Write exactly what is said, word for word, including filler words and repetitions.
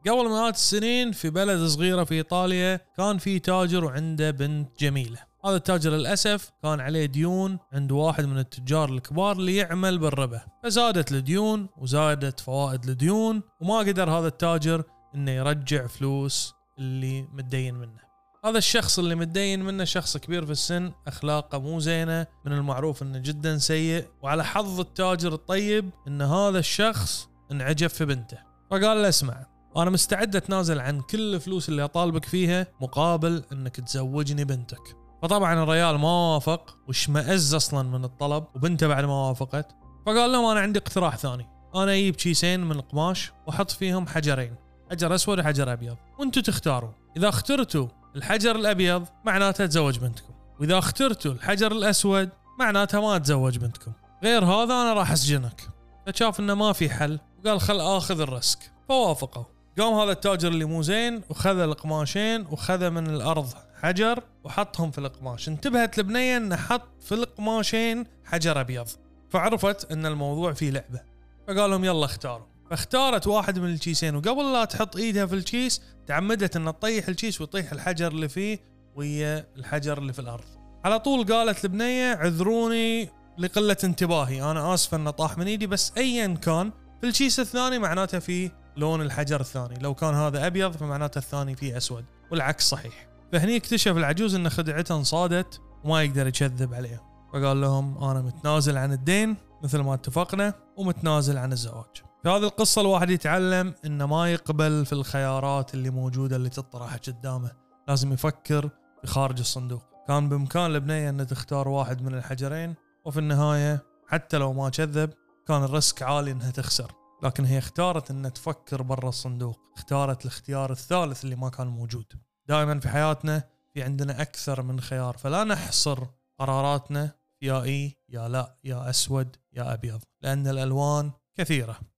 قبل مئات السنين في بلد صغيرة في إيطاليا كان في تاجر وعنده بنت جميلة. هذا التاجر للأسف كان عليه ديون عند واحد من التجار الكبار اللي يعمل بالربا، فزادت الديون وزادت فوائد الديون، وما قدر هذا التاجر إنه يرجع فلوس اللي متدين منه. هذا الشخص اللي متدين منه شخص كبير في السن، أخلاقه مو زينة، من المعروف إنه جدا سيء. وعلى حظ التاجر الطيب إن هذا الشخص انعجب في بنته، فقال له اسمع، أنا مستعد أتنازل عن كل الفلوس اللي أطالبك فيها مقابل إنك تزوجني بنتك. فطبعا الرجال ما وافق واشمئز أصلا من الطلب، وبنته بعد ما وافقت فقال لهم أنا عندي اقتراح ثاني، أنا أجيب كيسين من القماش وأحط فيهم حجرين، حجر أسود وحجر أبيض، وأنتوا تختاروا. إذا اخترتوا الحجر الأبيض معناتها تزوج بنتكم، وإذا اخترتوا الحجر الأسود معناتها ما تزوج بنتكم، غير هذا أنا راح أسجنك. فشاف إنه ما في حل وقال خل آخذ الرسك، فوافقوا. قام هذا التاجر اللي مو زين وخذ القماشين وخذ من الأرض حجر وحطهم في القماش. انتبهت البنية إنه حط في القماشين حجر أبيض، فعرفت إن الموضوع فيه لعبة، فقال لهم يلا اختاروا. فاختارت واحد من الكيسين، وقبل لا تحط إيدها في الكيس تعمدت إن تطيح الكيس ويطيح الحجر اللي فيه ويا الحجر اللي في الأرض. على طول قالت البنية عذروني لقلة انتباهي، أنا آسفة إنه طاح من إيدي، بس أيا كان في الكيس الثاني معناته فيه لون الحجر الثاني، لو كان هذا أبيض فمعناته الثاني فيه أسود، والعكس صحيح. فهني اكتشف العجوز إن خدعته انصادت وما يقدر يكذب عليها، فقال لهم أنا متنازل عن الدين مثل ما اتفقنا ومتنازل عن الزواج. في هذه القصة الواحد يتعلم إنه ما يقبل في الخيارات اللي موجودة اللي تطرح قدامه، لازم يفكر في خارج الصندوق. كان بإمكان البنية أن تختار واحد من الحجرين، وفي النهاية حتى لو ما كذب كان الريسك عالي أنها تخسر، لكن هي اختارت أن تفكر برا الصندوق، اختارت الاختيار الثالث اللي ما كان موجود. دائما في حياتنا في عندنا أكثر من خيار، فلا نحصر قراراتنا يا إي يا لا، يا أسود يا أبيض، لأن الألوان كثيرة.